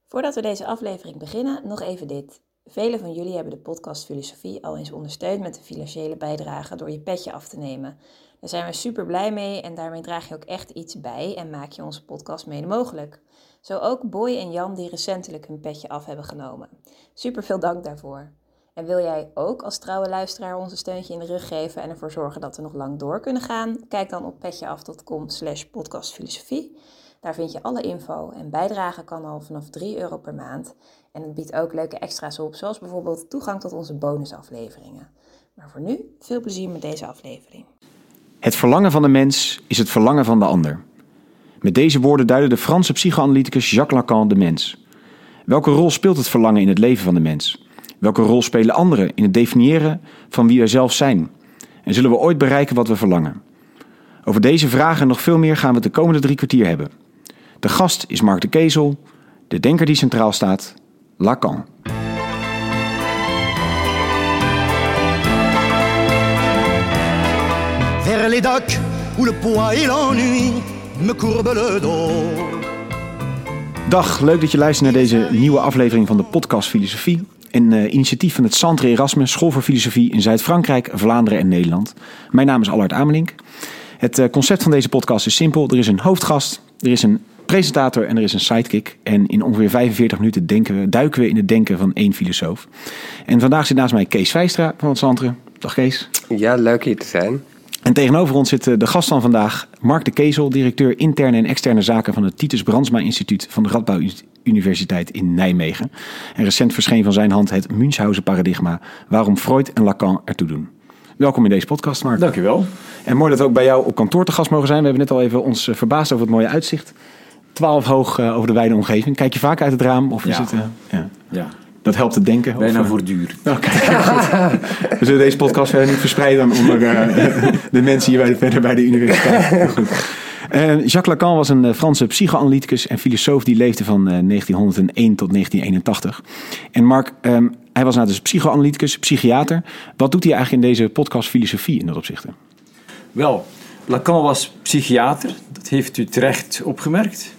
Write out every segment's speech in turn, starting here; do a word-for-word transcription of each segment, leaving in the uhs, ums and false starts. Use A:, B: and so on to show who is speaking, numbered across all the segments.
A: Voordat we deze aflevering beginnen, nog even dit. Velen van jullie hebben de podcast Filosofie al eens ondersteund met een financiële bijdrage door je petje af te nemen. Daar zijn we super blij mee en daarmee draag je ook echt iets bij en maak je onze podcast mede mogelijk. Zo ook Boy en Jan die recentelijk hun petje af hebben genomen. Super veel dank daarvoor. En wil jij ook als trouwe luisteraar ons een steuntje in de rug geven en ervoor zorgen dat we nog lang door kunnen gaan? Kijk dan op petjeaf.com slash podcastfilosofie. Daar vind je alle info en bijdragen kan al vanaf drie euro per maand. En het biedt ook leuke extra's op, zoals bijvoorbeeld toegang tot onze bonusafleveringen. Maar voor nu, veel plezier met deze aflevering.
B: Het verlangen van de mens is het verlangen van de ander. Met deze woorden duidde de Franse psychoanalyticus Jacques Lacan de mens. Welke rol speelt het verlangen in het leven van de mens? Welke rol spelen anderen in het definiëren van wie wij zelf zijn? En zullen we ooit bereiken wat we verlangen? Over deze vragen en nog veel meer gaan we het de komende drie kwartier hebben. De gast is Marc de Kezel, de denker die centraal staat, Lacan.
C: Vers les docks où le poids et l'ennui me courbent le dos.
B: Dag, leuk dat je luistert naar deze nieuwe aflevering van de podcast Filosofie. Een uh, initiatief van het Centre Erasmus, School voor Filosofie in Zuid-Frankrijk, Vlaanderen en Nederland. Mijn naam is Allard Amelink. Het uh, concept van deze podcast is simpel. Er is een hoofdgast, er is een presentator en er is een sidekick. En in ongeveer vijfenveertig minuten denken we, duiken we in het denken van één filosoof. En vandaag zit naast mij Kees Vijstra van het Centre. Dag Kees.
D: Ja, leuk hier te zijn.
B: En tegenover ons zit de gast van vandaag, Marc de Kezel, directeur interne en externe zaken van het Titus Brandsma Instituut van de Radboud Universiteit in Nijmegen. En recent verscheen van zijn hand het Münchhausen paradigma, waarom Freud en Lacan ertoe doen. Welkom in deze podcast, Marc.
E: Dank je wel.
B: En mooi dat we ook bij jou op kantoor te gast mogen zijn. We hebben net al even ons verbaasd over het mooie uitzicht. Twaalf hoog uh, over de wijde omgeving. Kijk je vaak uit het raam? Of
E: ja.
B: is het, uh, ja.
E: ja.
B: Dat helpt het denken?
E: Bijna
B: of, uh...
E: voortdurend.
B: Oké, okay. We zullen deze podcast verder niet verspreiden onder uh, de mensen hier bij de, verder bij de universiteit. Goed. Uh, Jacques Lacan was een uh, Franse psychoanalyticus en filosoof die leefde van uh, negentienhonderdéén tot negentien eenentachtig. En Marc, um, hij was nou dus psychoanalyticus, psychiater. Wat doet hij eigenlijk in deze podcast Filosofie in dat opzicht?
E: Wel, Lacan was psychiater, dat heeft u terecht opgemerkt.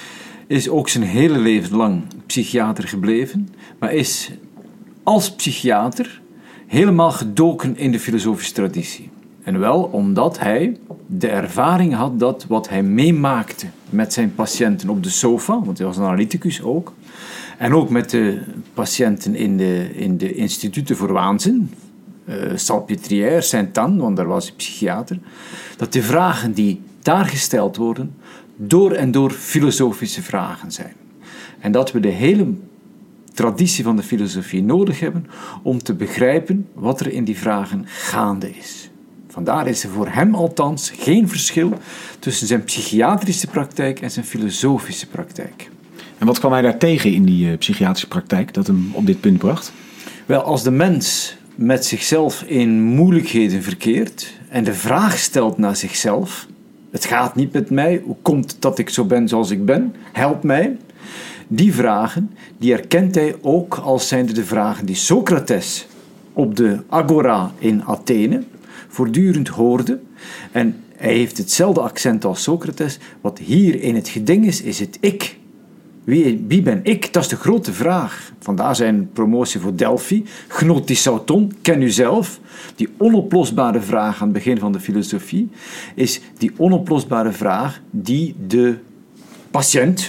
E: Is ook zijn hele leven lang psychiater gebleven, maar is als psychiater helemaal gedoken in de filosofische traditie. En wel omdat hij de ervaring had dat wat hij meemaakte met zijn patiënten op de sofa, want hij was een analyticus ook, en ook met de patiënten in de, in de instituten voor waanzin, uh, Salpêtrière, Sainte-Anne, want daar was hij psychiater, dat de vragen die daar gesteld worden door en door filosofische vragen zijn. En dat we de hele traditie van de filosofie nodig hebben om te begrijpen wat er in die vragen gaande is. Vandaar is er voor hem althans geen verschil tussen zijn psychiatrische praktijk en zijn filosofische praktijk.
B: En wat kwam hij daar tegen in die uh, psychiatrische praktijk dat hem op dit punt bracht?
E: Wel, als de mens met zichzelf in moeilijkheden verkeert en de vraag stelt naar zichzelf: het gaat niet met mij, hoe komt het dat ik zo ben zoals ik ben? Help mij. Die vragen, die herkent hij ook als zijnde de vragen die Socrates op de Agora in Athene voortdurend hoorde. En hij heeft hetzelfde accent als Socrates. Wat hier in het geding is, is het ik. Wie, wie ben ik? Dat is de grote vraag. Vandaar zijn promotie voor Delphi. Gnotisauton, ken u zelf. Die onoplosbare vraag aan het begin van de filosofie is die onoplosbare vraag die de patiënt,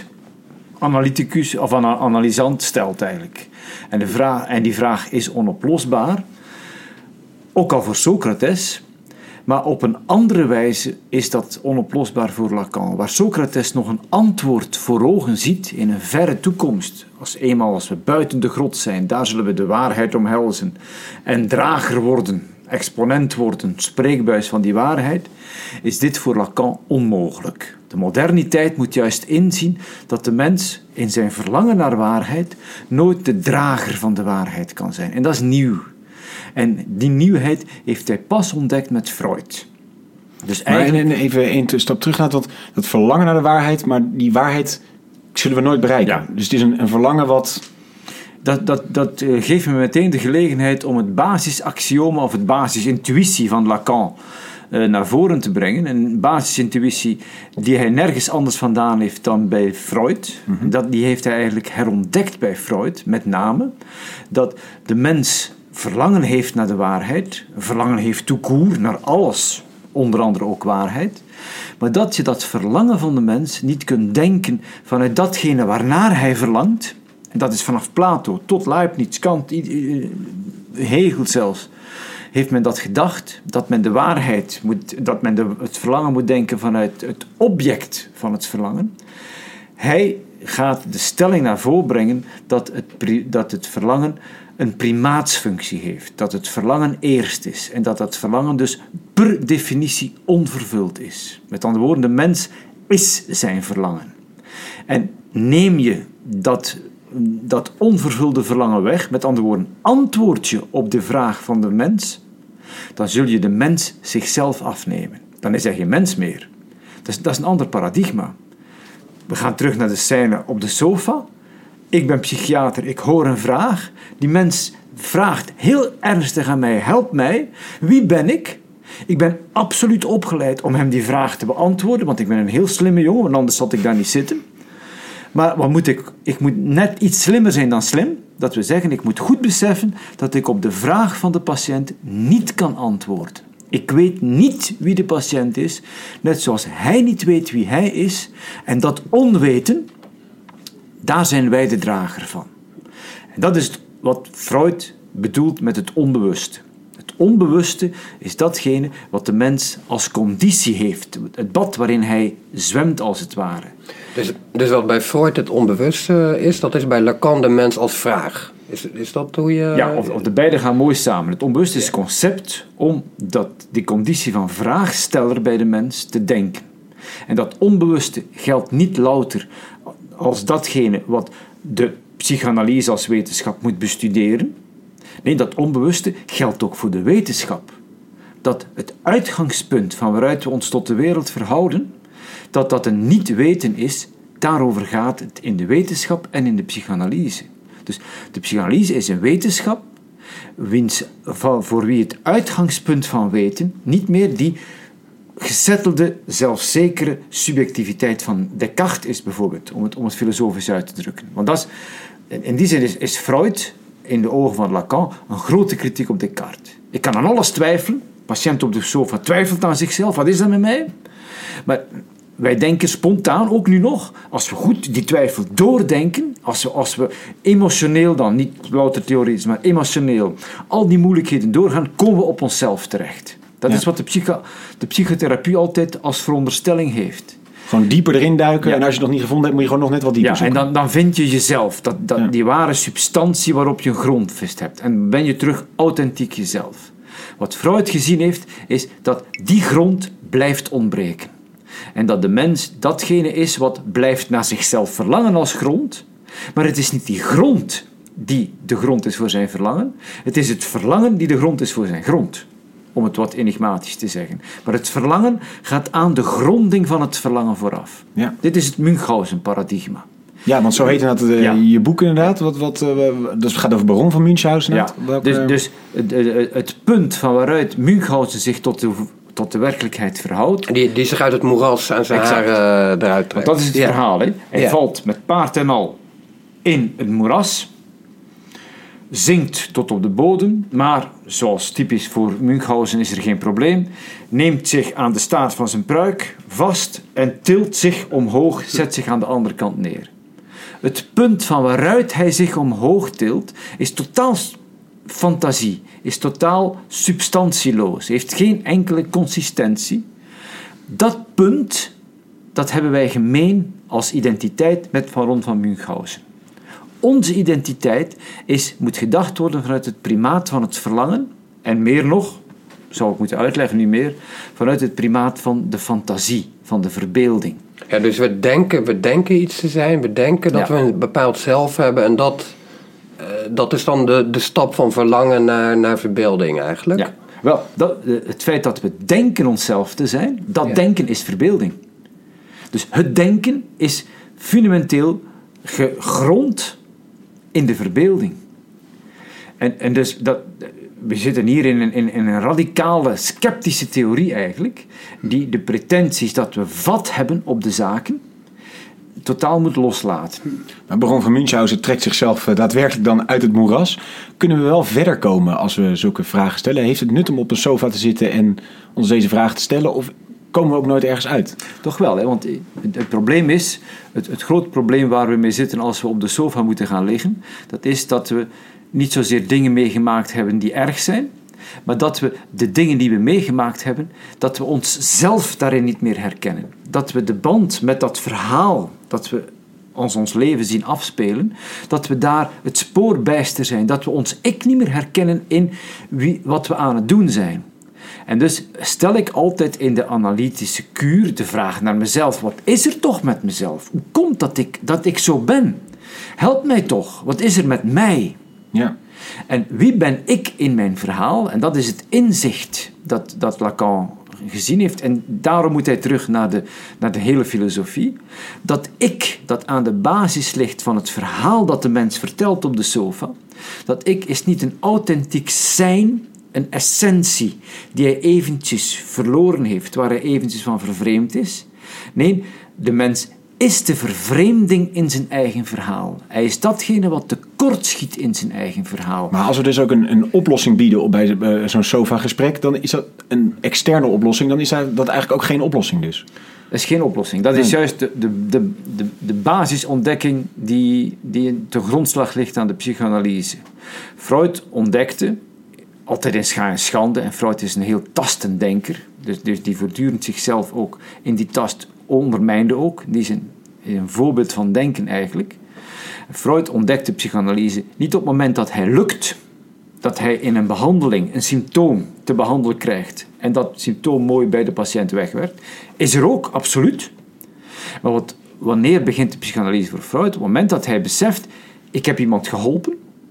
E: analyticus of analysant stelt eigenlijk. En, de vraag, en die vraag is onoplosbaar, ook al voor Socrates, maar op een andere wijze is dat onoplosbaar voor Lacan. Waar Socrates nog een antwoord voor ogen ziet in een verre toekomst. Als eenmaal als we buiten de grot zijn, daar zullen we de waarheid omhelzen en drager worden, exponent worden, spreekbuis van die waarheid, is dit voor Lacan onmogelijk. De moderniteit moet juist inzien dat de mens in zijn verlangen naar waarheid nooit de drager van de waarheid kan zijn. En dat is nieuw. En die nieuwheid heeft hij pas ontdekt met Freud. Dus eigenlijk...
B: Maar even een stap terug naar dat, dat verlangen naar de waarheid, maar die waarheid zullen we nooit bereiken. Ja. Dus het is een, een verlangen wat...
E: Dat, dat, dat uh, geeft me meteen de gelegenheid om het basisaxioma of het basisintuïtie van Lacan uh, naar voren te brengen. Een basisintuïtie die hij nergens anders vandaan heeft dan bij Freud. Mm-hmm. Dat, die heeft hij eigenlijk herontdekt bij Freud, met name. Dat de mens verlangen heeft naar de waarheid. Verlangen heeft tout court naar alles. Onder andere ook waarheid. Maar dat je dat verlangen van de mens niet kunt denken vanuit datgene waarnaar hij verlangt. En dat is vanaf Plato tot Leibniz, Kant, Hegel zelfs. Heeft men dat gedacht, dat men de waarheid moet, dat men de, het verlangen moet denken vanuit het object van het verlangen. Hij gaat de stelling naar voren brengen dat het, dat het verlangen een primaatsfunctie heeft. Dat het verlangen eerst is. En dat dat verlangen dus per definitie onvervuld is. Met andere woorden, de mens is zijn verlangen. En neem je dat, dat onvervulde verlangen weg, met andere woorden, antwoord je op de vraag van de mens, dan zul je de mens zichzelf afnemen. Dan is hij geen mens meer. Dat is, dat is een ander paradigma. We gaan terug naar de scène op de sofa. Ik ben psychiater, ik hoor een vraag. Die mens vraagt heel ernstig aan mij, help mij. Wie ben ik? Ik ben absoluut opgeleid om hem die vraag te beantwoorden, want ik ben een heel slimme jongen, want anders zat ik daar niet zitten. Maar wat moet ik? Ik moet net iets slimmer zijn dan slim. Dat we zeggen, ik moet goed beseffen dat ik op de vraag van de patiënt niet kan antwoorden. Ik weet niet wie de patiënt is, net zoals hij niet weet wie hij is. En dat onweten, daar zijn wij de drager van. En dat is wat Freud bedoelt met het onbewuste. Het onbewuste is datgene wat de mens als conditie heeft. Het bad waarin hij zwemt, als het ware.
D: Dus, dus wat bij Freud het onbewuste is, dat is bij Lacan de mens als vraag. Is, is dat hoe je...
E: Ja, of, of de beide gaan mooi samen. Het onbewuste is het concept om dat, die conditie van vraagsteller bij de mens te denken. En dat onbewuste geldt niet louter als datgene wat de psychanalyse als wetenschap moet bestuderen. Nee, dat onbewuste geldt ook voor de wetenschap. Dat het uitgangspunt van waaruit we ons tot de wereld verhouden, dat dat een niet weten is, daarover gaat het in de wetenschap en in de psychanalyse. Dus de psychanalyse is een wetenschap wiens, voor wie het uitgangspunt van weten niet meer die gesettelde, zelfzekere subjectiviteit van Descartes is, bijvoorbeeld, om het, om het filosofisch uit te drukken. Want dat is, in die zin is, is Freud, in de ogen van Lacan, een grote kritiek op Descartes. Ik kan aan alles twijfelen. De patiënt op de sofa twijfelt aan zichzelf. Wat is dat met mij? Maar wij denken spontaan, ook nu nog, als we goed die twijfel doordenken, als we, als we emotioneel dan, niet louter theoretisch, maar emotioneel, al die moeilijkheden doorgaan, komen we op onszelf terecht. Dat ja. is wat de, psycho, de psychotherapie altijd als veronderstelling heeft.
B: Gewoon dieper erin duiken. Ja. En als je het nog niet gevonden hebt, moet je gewoon nog net wat dieper
E: ja,
B: zoeken.
E: En dan, dan vind je jezelf. Dat, dat, ja. Die ware substantie waarop je een grondvest hebt. En ben je terug authentiek jezelf. Wat Freud gezien heeft, is dat die grond blijft ontbreken. En dat de mens datgene is wat blijft naar zichzelf verlangen als grond. Maar het is niet die grond die de grond is voor zijn verlangen. Het is het verlangen die de grond is voor zijn grond. Om het wat enigmatisch te zeggen. Maar het verlangen gaat aan de gronding van het verlangen vooraf. Ja. Dit is het Münchhausen-paradigma.
B: Ja, want zo heet het uh, ja. je boek inderdaad. Wat, wat, uh, dus het gaat over Baron van Münchhausen.
E: Ja. Welke, dus dus het, het punt van waaruit Münchhausen zich tot de, tot de werkelijkheid verhoudt.
D: Die, die zich uit het moeras aan zijn haar uh, eruit trekt.
E: Want dat is het ja. verhaal. Hè? Hij ja. valt met paard en al in het moeras. Zinkt tot op de bodem, maar zoals typisch voor Münchhausen is er geen probleem. Neemt zich aan de staart van zijn pruik vast en tilt zich omhoog, zet zich aan de andere kant neer. Het punt van waaruit hij zich omhoog tilt is totaal fantasie, is totaal substantieloos, heeft geen enkele consistentie. Dat punt, dat hebben wij gemeen als identiteit met Baron van Münchhausen. Onze identiteit is, moet gedacht worden vanuit het primaat van het verlangen en meer nog, zou ik moeten uitleggen nu meer, vanuit het primaat van de fantasie, van de verbeelding.
D: Ja, dus we denken, we denken iets te zijn, we denken dat ja. we een bepaald zelf hebben en dat, uh, dat is dan de, de stap van verlangen naar, naar verbeelding eigenlijk. Ja,
E: wel, dat, het feit dat we denken onszelf te zijn, dat ja. denken is verbeelding. Dus het denken is fundamenteel gegrond in de verbeelding. En, en dus dat, we zitten hier in een, in, in een radicale, sceptische theorie eigenlijk, die de pretenties dat we vat hebben op de zaken totaal moet loslaten.
B: Maar Baron van Münchhausen trekt zichzelf daadwerkelijk dan uit het moeras. Kunnen we wel verder komen als we zulke vragen stellen? Heeft het nut om op een sofa te zitten en ons deze vragen te stellen? Of komen we ook nooit ergens uit?
E: Toch wel, hè? Want het, het probleem is, het, het groot probleem waar we mee zitten als we op de sofa moeten gaan liggen, dat is dat we niet zozeer dingen meegemaakt hebben die erg zijn, maar dat we de dingen die we meegemaakt hebben, dat we onszelf daarin niet meer herkennen. Dat we de band met dat verhaal dat we ons, ons leven zien afspelen, dat we daar het spoor bijster zijn. Dat we ons ik niet meer herkennen in wie, wat we aan het doen zijn. En dus stel ik altijd in de analytische kuur de vraag naar mezelf. Wat is er toch met mezelf? Hoe komt dat ik, dat ik zo ben? Help mij toch. Wat is er met mij?
B: Ja.
E: En wie ben ik in mijn verhaal? En dat is het inzicht dat, dat Lacan gezien heeft. En daarom moet hij terug naar de, naar de hele filosofie. Dat ik, dat aan de basis ligt van het verhaal dat de mens vertelt op de sofa. Dat ik is niet een authentiek zijn, een essentie die hij eventjes verloren heeft, waar hij eventjes van vervreemd is. Nee, de mens is de vervreemding in zijn eigen verhaal. Hij is datgene wat tekortschiet in zijn eigen verhaal.
B: Maar als we dus ook een, een oplossing bieden op bij uh, zo'n sofa-gesprek, dan is dat een externe oplossing. Dan is dat eigenlijk ook geen oplossing dus.
E: Dat is geen oplossing. Dat is juist de, de, de, de, de basisontdekking die, die ten grondslag ligt aan de psychoanalyse. Freud ontdekte, altijd in scha en schande, en Freud is een heel tastend denker, dus, dus die voortdurend zichzelf ook in die tast ondermijnde ook. Die is een, een voorbeeld van denken eigenlijk. Freud ontdekte psychoanalyse niet op het moment dat hij lukt, dat hij in een behandeling een symptoom te behandelen krijgt en dat symptoom mooi bij de patiënt wegwerkt. Is er ook, absoluut. Maar wat, wanneer begint de psychoanalyse voor Freud? Op het moment dat hij beseft, ik heb iemand geholpen.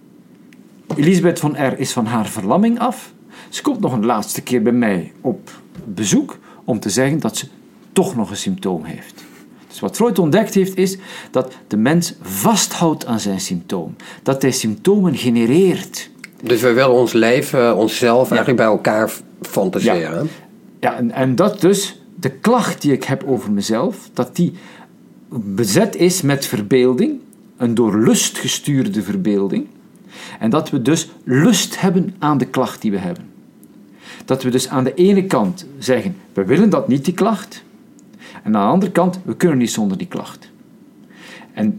E: Elisabeth von R. is van haar verlamming af. Ze komt nog een laatste keer bij mij op bezoek om te zeggen dat ze toch nog een symptoom heeft. Dus wat Freud ontdekt heeft, is dat de mens vasthoudt aan zijn symptoom. Dat hij symptomen genereert.
D: Dus we willen ons leven, onszelf ja. eigenlijk bij elkaar fantaseren.
E: Ja, ja en, en dat dus, de klacht die ik heb over mezelf, dat die bezet is met verbeelding, een door lust gestuurde verbeelding. En dat we dus lust hebben aan de klacht die we hebben. Dat we dus aan de ene kant zeggen, we willen dat niet, die klacht. En aan de andere kant, we kunnen niet zonder die klacht. En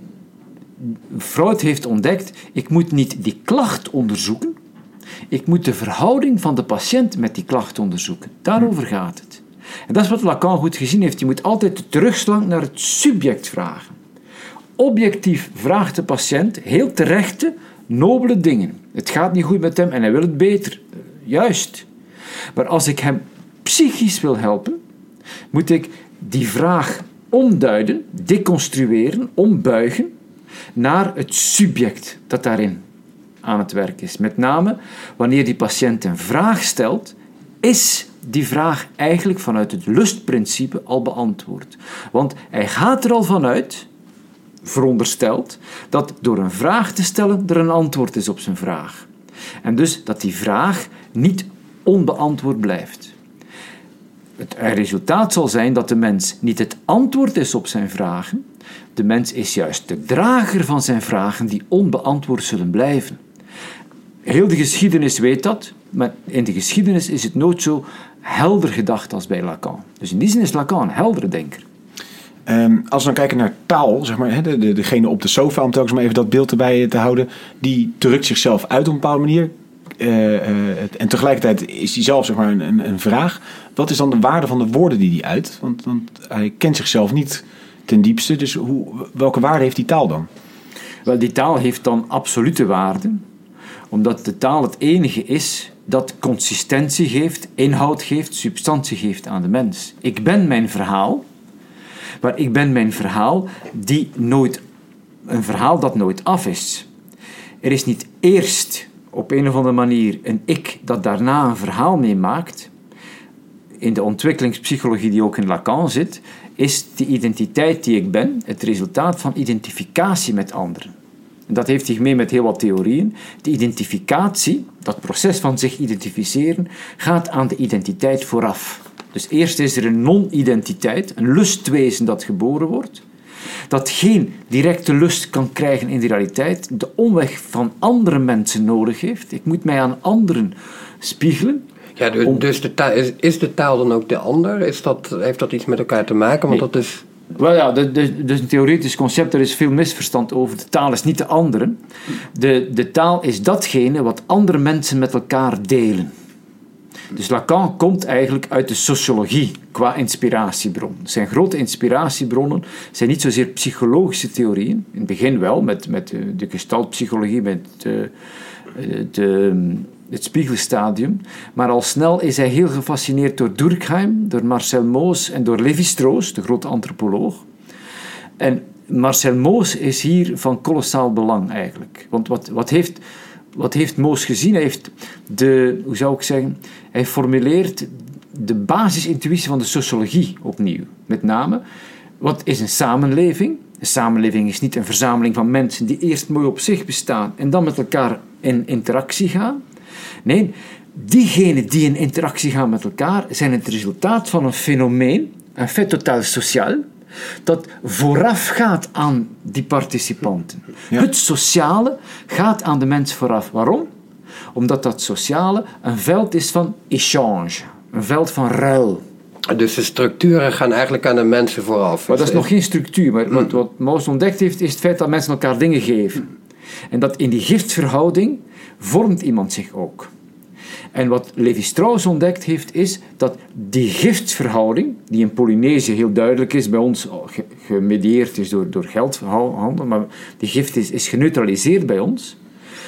E: Freud heeft ontdekt, ik moet niet die klacht onderzoeken, ik moet de verhouding van de patiënt met die klacht onderzoeken. Daarover gaat het. En dat is wat Lacan goed gezien heeft. Je moet altijd de terugslag naar het subject vragen. Objectief vraagt de patiënt heel terechte, nobele dingen. Het gaat niet goed met hem en hij wil het beter. Juist. Maar als ik hem psychisch wil helpen, moet ik die vraag omduiden, deconstrueren, ombuigen naar het subject dat daarin aan het werk is. Met name wanneer die patiënt een vraag stelt, is die vraag eigenlijk vanuit het lustprincipe al beantwoord. Want hij gaat er al vanuit, verondersteld, dat door een vraag te stellen er een antwoord is op zijn vraag. En dus dat die vraag niet onbeantwoord blijft. Het resultaat zal zijn dat de mens niet het antwoord is op zijn vragen. De mens is juist de drager van zijn vragen die onbeantwoord zullen blijven. Heel de geschiedenis weet dat, maar in de geschiedenis is het nooit zo helder gedacht als bij Lacan. Dus in die zin is Lacan een heldere denker.
B: Um, als we dan kijken naar taal, zeg maar, de, de, degene op de sofa, om telkens maar even dat beeld erbij te houden, die drukt zichzelf uit op een bepaalde manier. Uh, uh, en tegelijkertijd is hij zelf, zeg maar, een, een, een vraag. Wat is dan de waarde van de woorden die hij uit? Want, want hij kent zichzelf niet ten diepste. Dus hoe, welke waarde heeft die taal dan?
E: Wel, die taal heeft dan absolute waarde. Omdat de taal het enige is dat consistentie geeft, inhoud geeft, substantie geeft aan de mens. Ik ben mijn verhaal, maar ik ben mijn verhaal die nooit, een verhaal dat nooit af is. Er is niet eerst op een of andere manier een ik dat daarna een verhaal meemaakt. In de ontwikkelingspsychologie die ook in Lacan zit, is die identiteit die ik ben het resultaat van identificatie met anderen. En dat heeft hij gemeen met heel wat theorieën. De identificatie, dat proces van zich identificeren, gaat aan de identiteit vooraf. Dus eerst is er een non-identiteit, een lustwezen dat geboren wordt, dat geen directe lust kan krijgen in de realiteit, de omweg van andere mensen nodig heeft. Ik moet mij aan anderen spiegelen.
D: Ja, dus, om... dus de taal, is, is de taal dan ook de ander? Is dat, heeft dat iets met elkaar te maken? Want nee. dat is...
E: Wel ja, dat is een theoretisch concept, er is veel misverstand over. De taal is niet de andere. De, de taal is datgene wat andere mensen met elkaar delen. Dus Lacan komt eigenlijk uit de sociologie qua inspiratiebron. Zijn grote inspiratiebronnen zijn niet zozeer psychologische theorieën. In het begin wel, met, met de gestaltpsychologie, met de, de, het spiegelstadium. Maar al snel is hij heel gefascineerd door Durkheim, door Marcel Mauss en door Lévi-Strauss, de grote antropoloog. En Marcel Mauss is hier van kolossaal belang eigenlijk. Want wat, wat heeft... Wat heeft Mauss gezien? Hij heeft de, hoe zou ik zeggen, hij formuleert de basisintuïtie van de sociologie opnieuw. Met name, wat is een samenleving? Een samenleving is niet een verzameling van mensen die eerst mooi op zich bestaan en dan met elkaar in interactie gaan. Nee, diegenen die in interactie gaan met elkaar zijn het resultaat van een fenomeen, een fait total social, dat voorafgaat aan die participanten. Ja. Het sociale gaat aan de mens vooraf. Waarom? Omdat dat sociale een veld is van échange, een veld van ruil.
D: Dus de structuren gaan eigenlijk aan de mensen vooraf.
E: Maar dat is nog geen structuur. Maar wat, wat Mauss ontdekt heeft, is het feit dat mensen elkaar dingen geven. En dat in die giftsverhouding vormt iemand zich ook. En wat Lévi-Strauss ontdekt heeft, is dat die giftsverhouding, die in Polynesië heel duidelijk is, bij ons gemedieerd is door, door geldhandel, maar die gift is, is geneutraliseerd bij ons.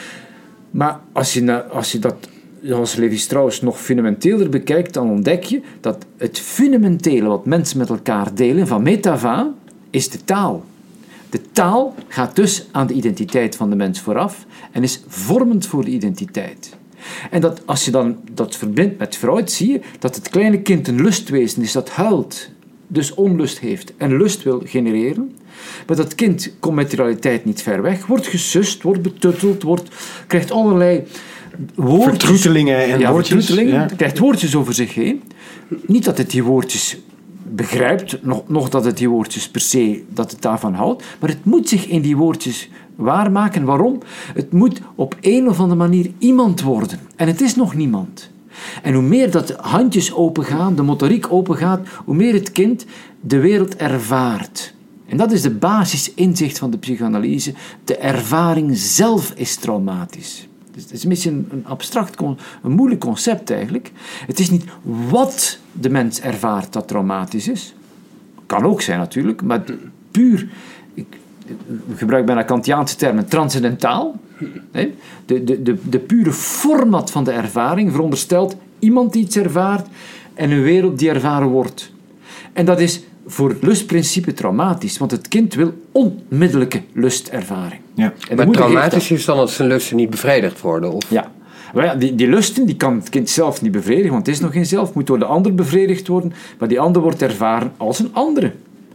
E: Maar als je, als je dat, zoals Lévi-Strauss, nog fundamenteeler bekijkt, dan ontdek je dat het fundamentele wat mensen met elkaar delen, van meet af aan, is de taal. De taal gaat dus aan de identiteit van de mens vooraf en is vormend voor de identiteit. En dat, als je dan dat verbindt met Freud, zie je dat het kleine kind een lustwezen is dat huilt, dus onlust heeft en lust wil genereren. Maar dat kind komt met de realiteit niet ver weg, wordt gesust, wordt betutteld, wordt, krijgt allerlei woordjes.
B: Vertroetelingen en
E: ja,
B: woordjes.
E: Vertroetelingen,
B: Ja.
E: krijgt woordjes over zich heen. Niet dat het die woordjes begrijpt, nog, nog dat het die woordjes per se, dat het daarvan houdt, maar het moet zich in die woordjes waarmaken. Waarom? Het moet op een of andere manier iemand worden. En het is nog niemand. En hoe meer dat de handjes opengaan, de motoriek opengaat, hoe meer het kind de wereld ervaart. En dat is de basisinzicht van de psychoanalyse. De ervaring zelf is traumatisch. Dus het is een beetje een abstract, een moeilijk concept eigenlijk. Het is niet wat de mens ervaart dat traumatisch is. Kan ook zijn natuurlijk, maar puur... Ik gebruik bijna Kantiaanse termen, transcendentaal. De, de, de, de pure format van de ervaring veronderstelt iemand die iets ervaart en een wereld die ervaren wordt. En dat is voor het lustprincipe traumatisch, want het kind wil onmiddellijke lustervaring.
D: Ja. En maar traumatisch is dan dat zijn lusten niet bevredigd worden? Of?
E: Ja. Maar ja, die, die lusten die kan het kind zelf niet bevredigen, want het is nog geen zelf, moet door de ander bevredigd worden, maar die ander wordt ervaren als een andere.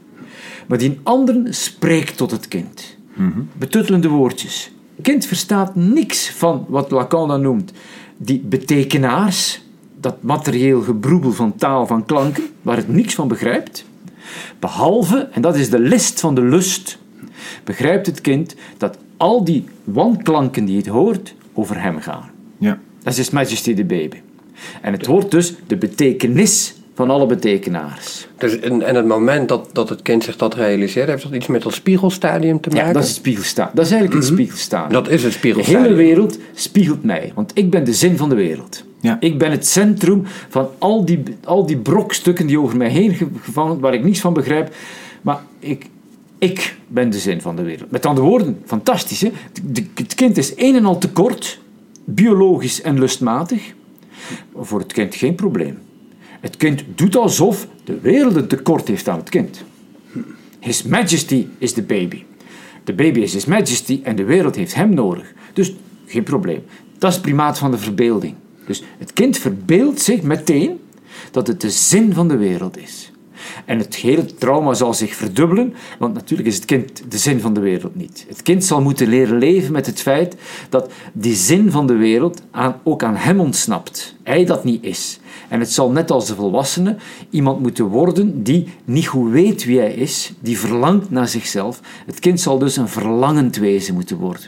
E: Maar die andere spreekt tot het kind. Mm-hmm. Betuttelende woordjes. Het kind verstaat niks van wat Lacan dan noemt die betekenaars, dat materieel gebroebel van taal, van klanken, waar het niks van begrijpt. Behalve, en dat is de list van de lust, begrijpt het kind dat al die wanklanken die het hoort, over hem gaan.
B: Ja.
E: Dat is His Majesty the Baby. En het hoort dus de betekenis van alle betekenaars.
D: Dus en, en het moment dat, dat het kind zich dat realiseert, heeft dat iets met dat spiegelstadium te maken?
E: Ja, dat is het spiegelstadium. Dat is eigenlijk het mm-hmm. spiegelstadium.
D: Dat is het spiegelstadium.
E: De hele wereld spiegelt mij, want ik ben de zin van de wereld. Ja. Ik ben het centrum van al die, al die brokstukken die over mij heen gevangen, waar ik niets van begrijp. Maar ik, ik ben de zin van de wereld. Met andere woorden, fantastisch, hè? De, het kind is een en al tekort, biologisch en lustmatig. Voor het kind geen probleem. Het kind doet alsof de wereld een tekort heeft aan het kind. His Majesty is the baby. De baby is His Majesty en de wereld heeft hem nodig. Dus geen probleem. Dat is het primaat van de verbeelding. Dus het kind verbeeldt zich meteen dat het de zin van de wereld is. En het hele trauma zal zich verdubbelen, want natuurlijk is het kind de zin van de wereld niet. Het kind zal moeten leren leven met het feit dat die zin van de wereld aan, ook aan hem ontsnapt. Hij dat niet is. En het zal net als de volwassene iemand moeten worden die niet goed weet wie hij is, die verlangt naar zichzelf. Het kind zal dus een verlangend wezen moeten worden.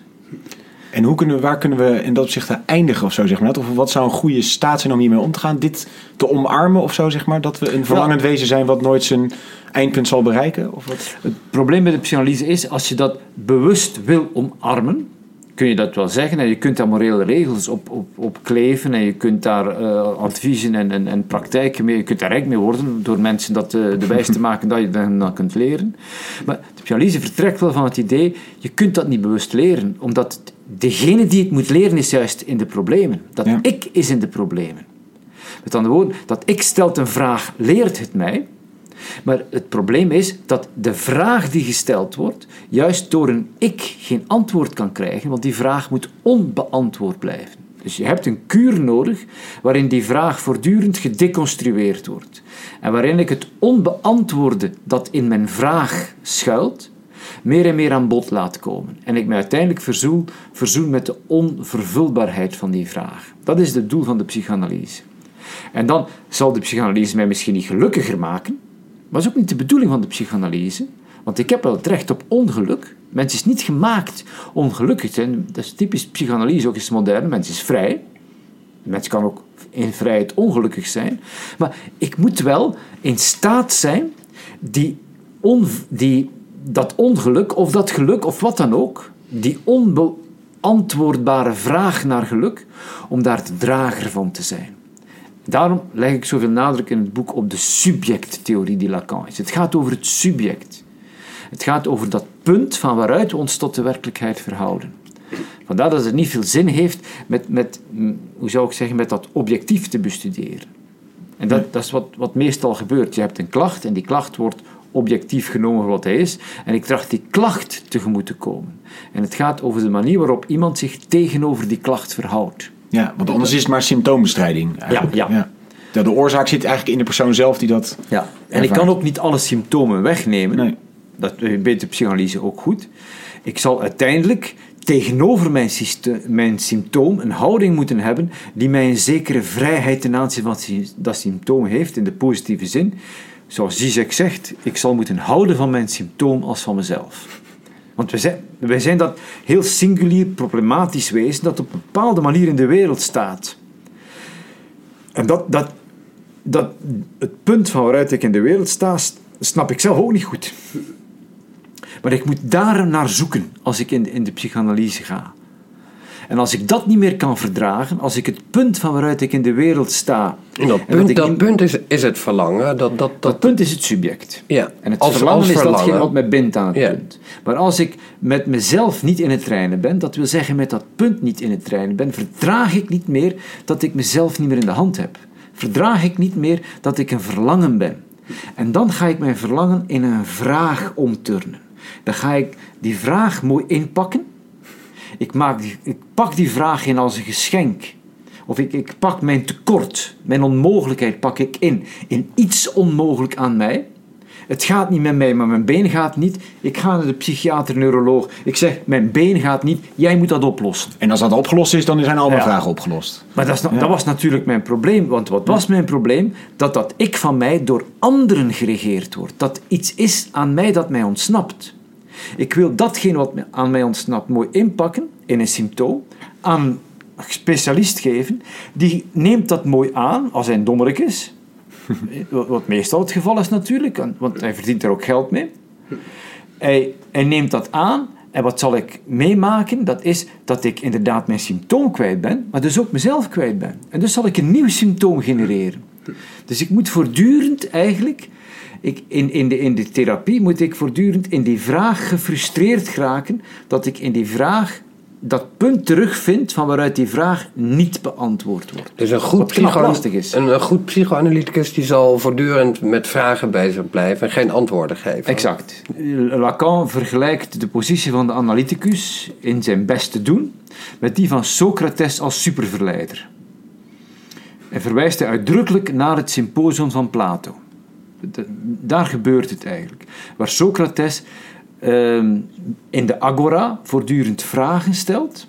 B: En hoe kunnen we, waar kunnen we in dat opzicht eindigen of zo, zeg maar? Of wat zou een goede staat zijn om hiermee om te gaan? Dit te omarmen of zo, zeg maar? Dat we een verlangend ja. wezen zijn wat nooit zijn eindpunt zal bereiken? Of wat?
E: Het probleem bij de psychanalyse is, als je dat bewust wil omarmen, kun je dat wel zeggen. En je kunt daar morele regels op, op, op kleven en je kunt daar uh, adviezen en, en, en praktijken mee, je kunt daar rijk mee worden door mensen dat uh, de wijs te maken dat je dan, dan kunt leren. Maar de psychanalyse vertrekt wel van het idee, je kunt dat niet bewust leren, omdat degene die het moet leren is juist in de problemen. Dat ja. ik is in de problemen. Met andere woorden, dat ik stelt een vraag, leert het mij. Maar het probleem is dat de vraag die gesteld wordt, juist door een ik geen antwoord kan krijgen, want die vraag moet onbeantwoord blijven. Dus je hebt een kuur nodig waarin die vraag voortdurend gedeconstrueerd wordt. En waarin ik het onbeantwoorde dat in mijn vraag schuilt, meer en meer aan bod laat komen. En ik me uiteindelijk verzoen, verzoen met de onvervulbaarheid van die vraag. Dat is het doel van de psychanalyse. En dan zal de psychanalyse mij misschien niet gelukkiger maken, maar dat is ook niet de bedoeling van de psychanalyse. Want ik heb wel het recht op ongeluk. Mens is niet gemaakt ongelukkig te zijn. Dat is typisch psychanalyse, ook is modern. Mens is vrij. Mens kan ook in vrijheid ongelukkig zijn. Maar ik moet wel in staat zijn die, on, die dat ongeluk of dat geluk of wat dan ook, die onbeantwoordbare vraag naar geluk, om daar de drager van te zijn. Daarom leg ik zoveel nadruk in het boek op de subjecttheorie die Lacan is. Het gaat over het subject. Het gaat over dat punt van waaruit we ons tot de werkelijkheid verhouden. Vandaar dat het niet veel zin heeft met, met hoe zou ik zeggen, met dat objectief te bestuderen. En dat, dat is wat, wat meestal gebeurt. Je hebt een klacht en die klacht wordt objectief genomen voor wat hij is. En ik tracht die klacht tegemoet te komen. En het gaat over de manier waarop iemand zich tegenover die klacht verhoudt.
B: Ja, want anders is het maar symptoombestrijding.
E: Ja, ja.
B: ja. De, de oorzaak zit eigenlijk in de persoon zelf die dat
E: ja. En ervaart. Ik kan ook niet alle symptomen wegnemen. Nee. Dat weet de psychanalyse ook goed. Ik zal uiteindelijk tegenover mijn, systeem, mijn symptoom een houding moeten hebben die mij een zekere vrijheid ten aanzien van dat symptoom heeft, in de positieve zin. Zoals Zizek zegt, ik zal moeten houden van mijn symptoom als van mezelf. Want wij zijn, wij zijn dat heel singulier, problematisch wezen dat op een bepaalde manier in de wereld staat. En dat, dat, dat het punt van waaruit ik in de wereld sta, snap ik zelf ook niet goed. Maar ik moet daar naar zoeken als ik in de, in de psychanalyse ga. En als ik dat niet meer kan verdragen, als ik het punt van waaruit ik in de wereld sta...
D: En dat punt, en dat dat punt is, is het verlangen. Dat, dat, dat,
E: dat punt is het subject.
D: Ja,
E: en het
D: als,
E: verlangen
D: als
E: is
D: verlangen.
E: datgene wat mij bindt aan het
D: ja.
E: punt. Maar als ik met mezelf niet in het reinen ben, dat wil zeggen met dat punt niet in het reinen ben, verdraag ik niet meer dat ik mezelf niet meer in de hand heb. Verdraag ik niet meer dat ik een verlangen ben. En dan ga ik mijn verlangen in een vraag omturnen. Dan ga ik die vraag mooi inpakken. Ik, maak die, ik pak die vraag in als een geschenk. Of ik, ik pak mijn tekort, mijn onmogelijkheid pak ik in. In iets onmogelijk aan mij. Het gaat niet met mij, maar mijn been gaat niet. Ik ga naar de psychiater, neuroloog. Ik zeg, mijn been gaat niet, jij moet dat oplossen.
B: En als dat opgelost is, dan zijn al mijn
E: ja.
B: vragen opgelost.
E: Maar dat, is,
B: ja.
E: dat was natuurlijk mijn probleem. Want wat was mijn probleem? Dat dat ik van mij door anderen geregeerd wordt. Dat iets is aan mij dat mij ontsnapt. Ik wil datgene wat aan mij ontsnapt mooi inpakken in een symptoom, aan een specialist geven, die neemt dat mooi aan als hij een dommerik is, wat meestal het geval is natuurlijk, want hij verdient er ook geld mee. Hij, hij neemt dat aan en wat zal ik meemaken? Dat is dat ik inderdaad mijn symptoom kwijt ben, maar dus ook mezelf kwijt ben. En dus zal ik een nieuw symptoom genereren. Dus ik moet voortdurend eigenlijk... Ik, in, in, de, in de therapie moet ik voortdurend in die vraag gefrustreerd geraken, dat ik in die vraag dat punt terugvind van waaruit die vraag niet beantwoord wordt.
D: Dus een goed, psycho- een, een goed psychoanalyticus die zal voortdurend met vragen bezig blijven en geen antwoorden geven.
E: Exact. Lacan vergelijkt de positie van de analyticus in zijn beste doen met die van Socrates als superverleider. En verwijst hij uitdrukkelijk naar het symposium van Plato. Daar gebeurt het eigenlijk. Waar Socrates uh, in de agora voortdurend vragen stelt,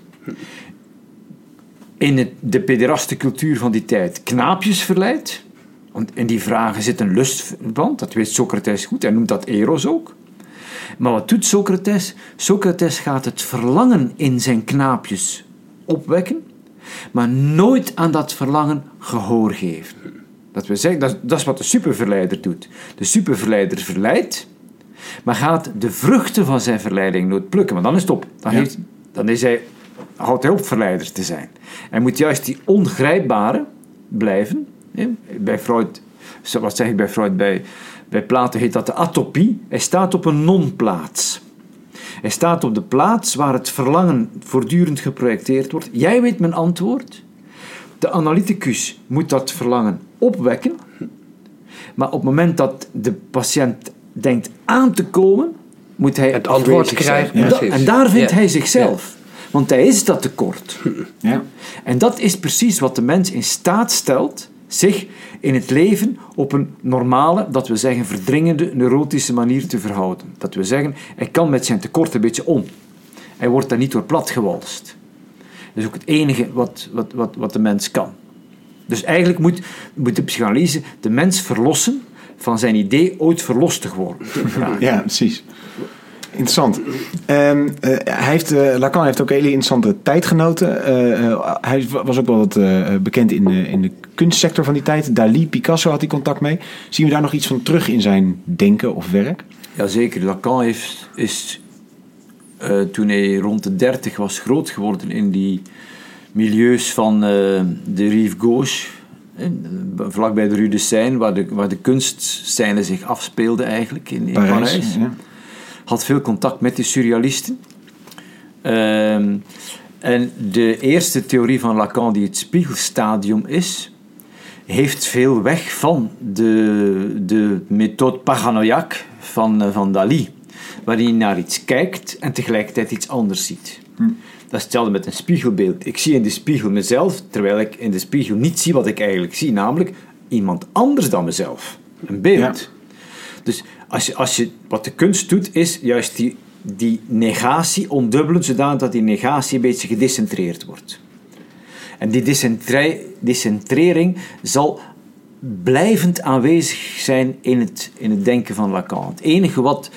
E: in het, de pederaste cultuur van die tijd knaapjes verleidt, want in die vragen zit een lustverband, dat weet Socrates goed, hij noemt dat eros ook. Maar wat doet Socrates? Socrates gaat het verlangen in zijn knaapjes opwekken, maar nooit aan dat verlangen gehoor geven. Dat, we zeggen, dat, dat is wat de superverleider doet. De superverleider verleidt, maar gaat de vruchten van zijn verleiding nooit plukken. Want dan is het op. Dan,
B: Ja.
E: heeft, dan is hij, houdt hij op verleider te zijn. Hij moet juist die ongrijpbare blijven. Hè? Bij Freud, wat zeg ik bij Freud? Bij, bij Plato heet dat de atopie. Hij staat op een non-plaats. Hij staat op de plaats waar het verlangen voortdurend geprojecteerd wordt. Jij weet mijn antwoord. De analyticus moet dat verlangen opwekken. Maar op het moment dat de patiënt denkt aan te komen, moet hij
D: het antwoord
E: afwezig
D: krijgen.
E: zijn. En, da-
D: Precies.
E: en daar vindt
D: Ja.
E: hij zichzelf. Want hij is dat tekort.
B: Ja.
E: En dat is precies wat de mens in staat stelt zich in het leven op een normale, dat we zeggen verdringende, neurotische manier te verhouden. Dat we zeggen, hij kan met zijn tekort een beetje om. Hij wordt daar niet door platgewalst. Dat is ook het enige wat, wat, wat, wat de mens kan. Dus eigenlijk moet, moet de psychanalyse de mens verlossen van zijn idee ooit verlost te worden.
B: Ja, precies. Interessant. Um, uh, hij heeft, uh, Lacan heeft ook een hele interessante tijdgenoten. Uh, uh, hij was ook wel wat uh, bekend in de, in de kunstsector van die tijd. Dali, Picasso had hij contact mee. Zien we daar nog iets van terug in zijn denken of werk?
E: Jazeker. Lacan heeft, is uh, toen hij rond de dertig was groot geworden in die milieus van uh, de Rive Gauche, eh, vlakbij de Rue de Seine, waar de, waar de kunstscène zich afspeelde eigenlijk in, in Parijs.
B: Parijs ja.
E: Had veel contact met de surrealisten. Uh, en de eerste theorie van Lacan, die het spiegelstadium is, heeft veel weg van de, de methode paranoïaque van, uh, van Dali, waarin hij naar iets kijkt en tegelijkertijd iets anders ziet. Hm. Dat is hetzelfde met een spiegelbeeld. Ik zie in de spiegel mezelf, terwijl ik in de spiegel niet zie wat ik eigenlijk zie, namelijk iemand anders dan mezelf. Een beeld. Ja. Dus als je, als je, wat de kunst doet, is juist die, die negatie ondubbelen, zodanig dat die negatie een beetje gedecentreerd wordt. En die decentre, decentrering zal blijvend aanwezig zijn in het, in het denken van Lacan. Het enige wat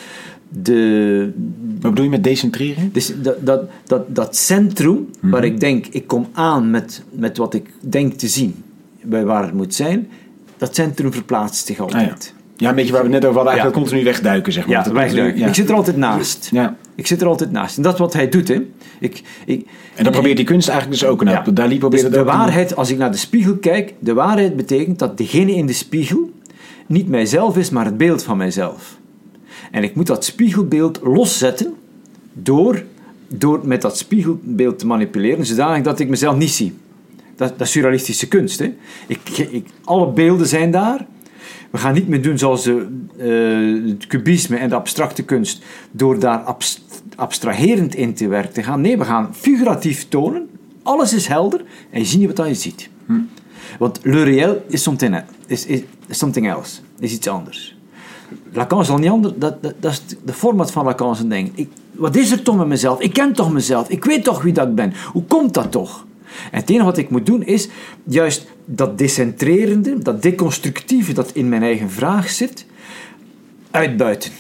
E: de...
B: Wat bedoel je met decentreren?
E: Dus dat, dat, dat, dat centrum, mm-hmm. waar ik denk, ik kom aan met, met wat ik denk te zien, bij waar het moet zijn, dat centrum verplaatst zich altijd.
B: Ah, ja. Ja, een beetje waar we het net over hadden, eigenlijk ja. continu wegduiken, zeg maar.
E: Ja, wegduiken. Ja. Ik zit er altijd naast.
B: Ja.
E: Ik zit er altijd naast. En dat is wat hij doet, hè. Ik, ik,
B: en dat probeert die kunst eigenlijk dus ook. Nou, ja. Dali probeert
E: dus
B: het
E: de
B: ook
E: waarheid, als ik naar de spiegel kijk, de waarheid betekent dat degene in de spiegel niet mijzelf is, maar het beeld van mijzelf. En ik moet dat spiegelbeeld loszetten door, door met dat spiegelbeeld te manipuleren, zodanig dat ik mezelf niet zie. Dat, dat is surrealistische kunst, hè. Ik, ik, alle beelden zijn daar. We gaan niet meer doen zoals de, uh, het kubisme en de abstracte kunst, door daar abst- abstraherend in te werk te gaan. Nee, we gaan figuratief tonen. Alles is helder en je ziet niet wat je ziet. Hm. Want le réel is something, is, is something else. Is iets anders. Lacan is al niet anders. Dat, dat, dat is de format van Lacan zijn denken. Ik, wat is er toch met mezelf? Ik ken toch mezelf? Ik weet toch wie dat ik ben? Hoe komt dat toch? En het enige wat ik moet doen is juist dat decentrerende, dat deconstructieve dat in mijn eigen vraag zit, uitbuiten.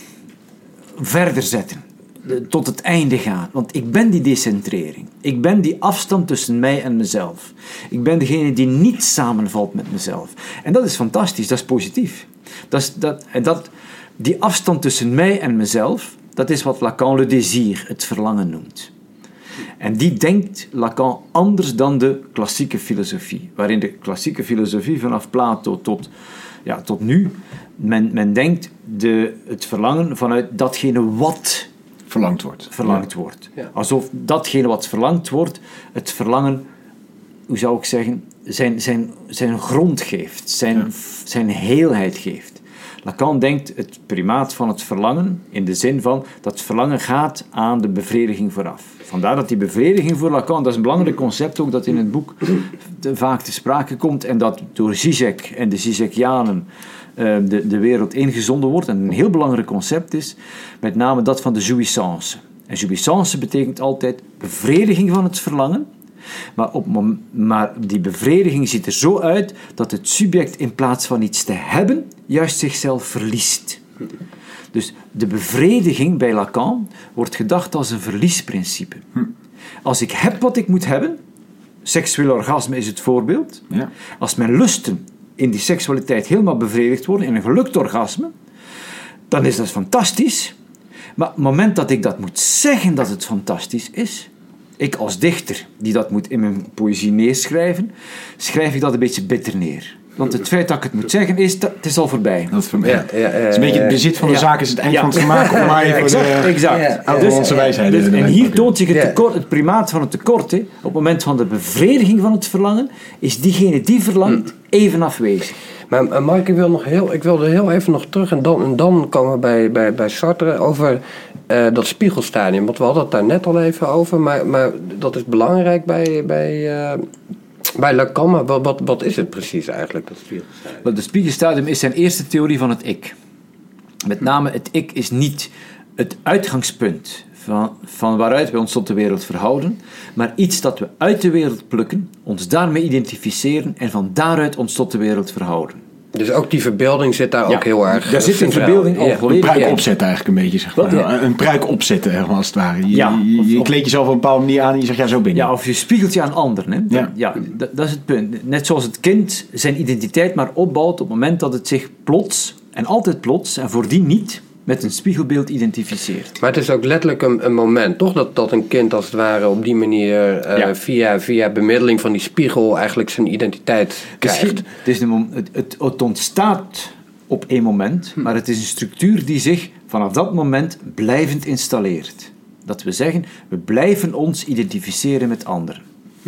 E: Verder zetten. Tot het einde gaan. Want ik ben die decentrering. Ik ben die afstand tussen mij en mezelf. Ik ben degene die niet samenvalt met mezelf. En dat is fantastisch, dat is positief. Dat is, dat, en dat, die afstand tussen mij en mezelf, dat is wat Lacan le désir, het verlangen noemt. En die denkt Lacan anders dan de klassieke filosofie. Waarin de klassieke filosofie vanaf Plato tot, ja, tot nu, men, men denkt de, het verlangen vanuit datgene wat
B: verlangd wordt.
E: Verlangd
B: ja.
E: wordt. Ja. Alsof datgene wat verlangd wordt, het verlangen, hoe zou ik zeggen, zijn, zijn, zijn grond geeft, zijn, ja. zijn heelheid geeft. Lacan denkt het primaat van het verlangen in de zin van dat het verlangen gaat aan de bevrediging vooraf. Vandaar dat die bevrediging voor Lacan, dat is een belangrijk concept ook dat in het boek te, vaak te sprake komt en dat door Zizek en de Zizekianen uh, de, de wereld ingezonden wordt. En een heel belangrijk concept is met name dat van de jouissance. En jouissance betekent altijd bevrediging van het verlangen. Maar, op, maar die bevrediging ziet er zo uit dat het subject in plaats van iets te hebben, juist zichzelf verliest. Dus de bevrediging bij Lacan wordt gedacht als een verliesprincipe. Als ik heb wat ik moet hebben, seksueel orgasme is het voorbeeld.
B: Ja.
E: Als mijn lusten in die seksualiteit helemaal bevredigd worden, in een gelukt orgasme, dan is dat fantastisch. Maar op het moment dat ik dat moet zeggen dat het fantastisch is, ik als dichter die dat moet in mijn poëzie neerschrijven, schrijf ik dat een beetje bitter neer. Want het feit dat ik het moet zeggen is, dat, het is al voorbij.
B: Dat is, voor mij.
D: Ja, ja, ja,
B: Het is een beetje het bezit van de
E: ja.
B: zaak is het eind
E: Ja.
B: van het vermaak. Om maar even
E: Exact,
B: de
E: exact.
D: Ja.
B: oud-Hollandse wijsheid.
E: Dus, en hier toont zich het,
D: Ja.
E: tekort, het primaat van het tekort. Hè. Op het moment van de bevrediging van het verlangen is diegene die verlangt even afwezig.
D: Maar uh, Mark, ik wil nog heel, ik wilde heel even nog terug en dan, en dan komen we bij, bij, bij Sartre over uh, dat spiegelstadium. Want we hadden het daar net al even over, maar, maar dat is belangrijk bij, bij, uh, bij Lacan. Maar wat, wat, wat is het precies eigenlijk, dat spiegelstadium?
E: Wel, de spiegelstadium is zijn eerste theorie van het ik. Met name het ik is niet het uitgangspunt van, van waaruit we ons tot de wereld verhouden, maar iets dat we uit de wereld plukken, ons daarmee identificeren en van daaruit ons tot de wereld verhouden.
D: Dus ook die verbeelding zit daar
E: Ja,
D: ook heel erg
E: daar zit een
D: centraal.
E: verbeelding al
D: Ja.
B: Een
E: volledig
B: pruik
E: in.
B: opzetten eigenlijk een beetje, zeg maar.
E: Wat, ja?
B: Een pruik opzetten, zeg maar, als het ware. Je,
E: Ja,
B: je, je
E: of-
B: kleedt jezelf op een bepaalde manier aan en je zegt, ja, zo ben je.
E: Ja, of je spiegelt je aan anderen. Hè?
B: Ja.
E: Ja, dat, dat is het punt. Net zoals het kind zijn identiteit maar opbouwt op het moment dat het zich plots, en altijd plots, en voordien niet, met een spiegelbeeld identificeert.
D: Maar het is ook letterlijk een, een moment, toch? Dat, dat een kind als het ware op die manier uh,
E: Ja.
D: via, via bemiddeling van die spiegel eigenlijk zijn identiteit krijgt.
E: Het, is een, mom- het, het, het ontstaat op één moment, maar het is een structuur die zich vanaf dat moment blijvend installeert. Dat we zeggen, we blijven ons identificeren met anderen.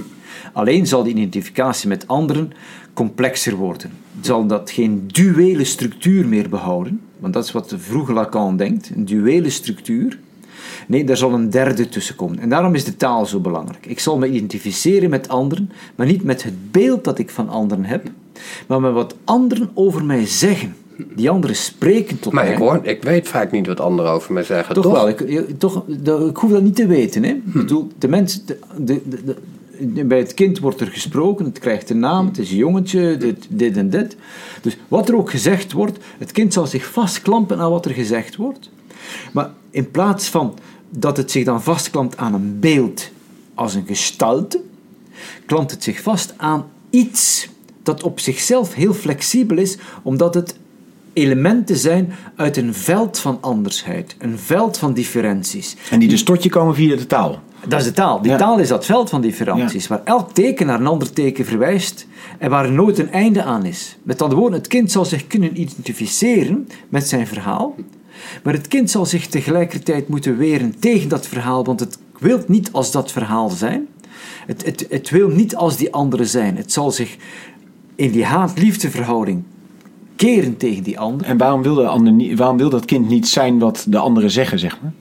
E: Alleen zal die identificatie met anderen complexer worden. Zal dat geen duele structuur meer behouden, want dat is wat de vroege Lacan denkt, een duele structuur. Nee, daar zal een derde tussen komen. En daarom is de taal zo belangrijk. Ik zal me identificeren met anderen, maar niet met het beeld dat ik van anderen heb, maar met wat anderen over mij zeggen. Die anderen spreken tot
D: Maar
E: mij.
D: ik, hoor, ik weet vaak niet wat anderen over mij zeggen,
E: Toch,
D: toch?
E: wel, ik, ik- toch, de- ik hoef dat niet te weten. Hè. Ik bedoel, de mens, de, de, de, de- bij het kind wordt er gesproken, het krijgt een naam, het is een jongetje, dit, dit en dit. Dus wat er ook gezegd wordt, het kind zal zich vastklampen aan wat er gezegd wordt. Maar in plaats van dat het zich dan vastklampt aan een beeld als een gestalte, klampt het zich vast aan iets dat op zichzelf heel flexibel is, omdat het elementen zijn uit een veld van andersheid, een veld van differenties.
B: En die dus tot je komen via de taal.
E: Dat is de taal. Die
B: Ja.
E: taal is dat veld van differenties, waar elk teken naar een ander teken verwijst en waar er nooit een einde aan is. Met andere woorden, het kind zal zich kunnen identificeren met zijn verhaal, maar het kind zal zich tegelijkertijd moeten weren tegen dat verhaal, want het wil niet als dat verhaal zijn. Het, het, het wil niet als die andere zijn. Het zal zich in die haat-liefdeverhouding keren tegen die ander.
B: En waarom wil, de ander niet, waarom wil dat kind niet zijn wat de anderen zeggen, zeg maar?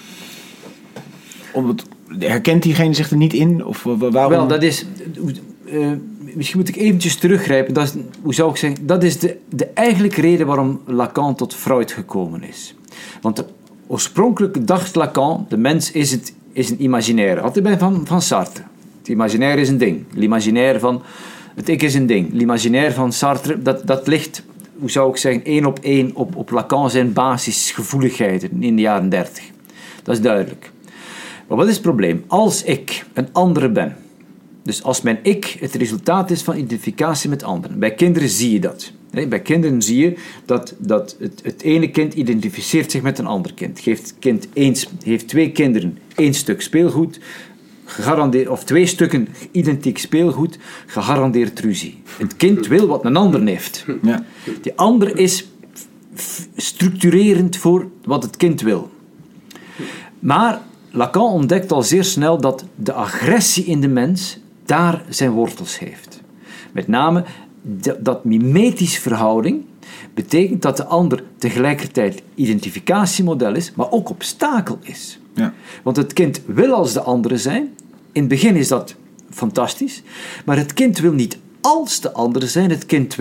B: Omdat, herkent diegene zich er niet in? Of wa- waarom?
E: Wel, dat is... Uh, misschien moet ik eventjes teruggrijpen. Dat is, hoe zou ik zeggen? Dat is de, de eigenlijke reden waarom Lacan tot Freud gekomen is. Want oorspronkelijk dacht Lacan, de mens is, het, is een imaginaire. Had hij bij van, van Sartre. Het imaginaire is een ding. L'imaginaire van... Het ik is een ding. L'imaginaire van Sartre, dat, dat ligt, hoe zou ik zeggen, één op één op, op Lacan zijn basisgevoeligheden in de jaren dertig. Dat is duidelijk. Maar wat is het probleem? Als ik een andere ben, dus als mijn ik het resultaat is van identificatie met anderen. Bij kinderen zie je dat. Bij kinderen zie je dat, dat het, het ene kind identificeert zich met een ander kind. Geeft, kind eens, heeft twee kinderen één stuk speelgoed, gegarandeerd, of twee stukken identiek speelgoed, gegarandeerd ruzie. Het kind wil wat een ander heeft.
B: Ja.
E: Die ander is f- structurerend voor wat het kind wil. Maar Lacan ontdekt al zeer snel dat de agressie in de mens daar zijn wortels heeft. Met name d- dat mimetisch verhouding betekent dat de ander tegelijkertijd identificatiemodel is, maar ook obstakel is.
B: Ja.
E: Want het kind wil als de andere zijn. In het begin is dat fantastisch. Maar het kind wil niet als de andere zijn. Het kind wil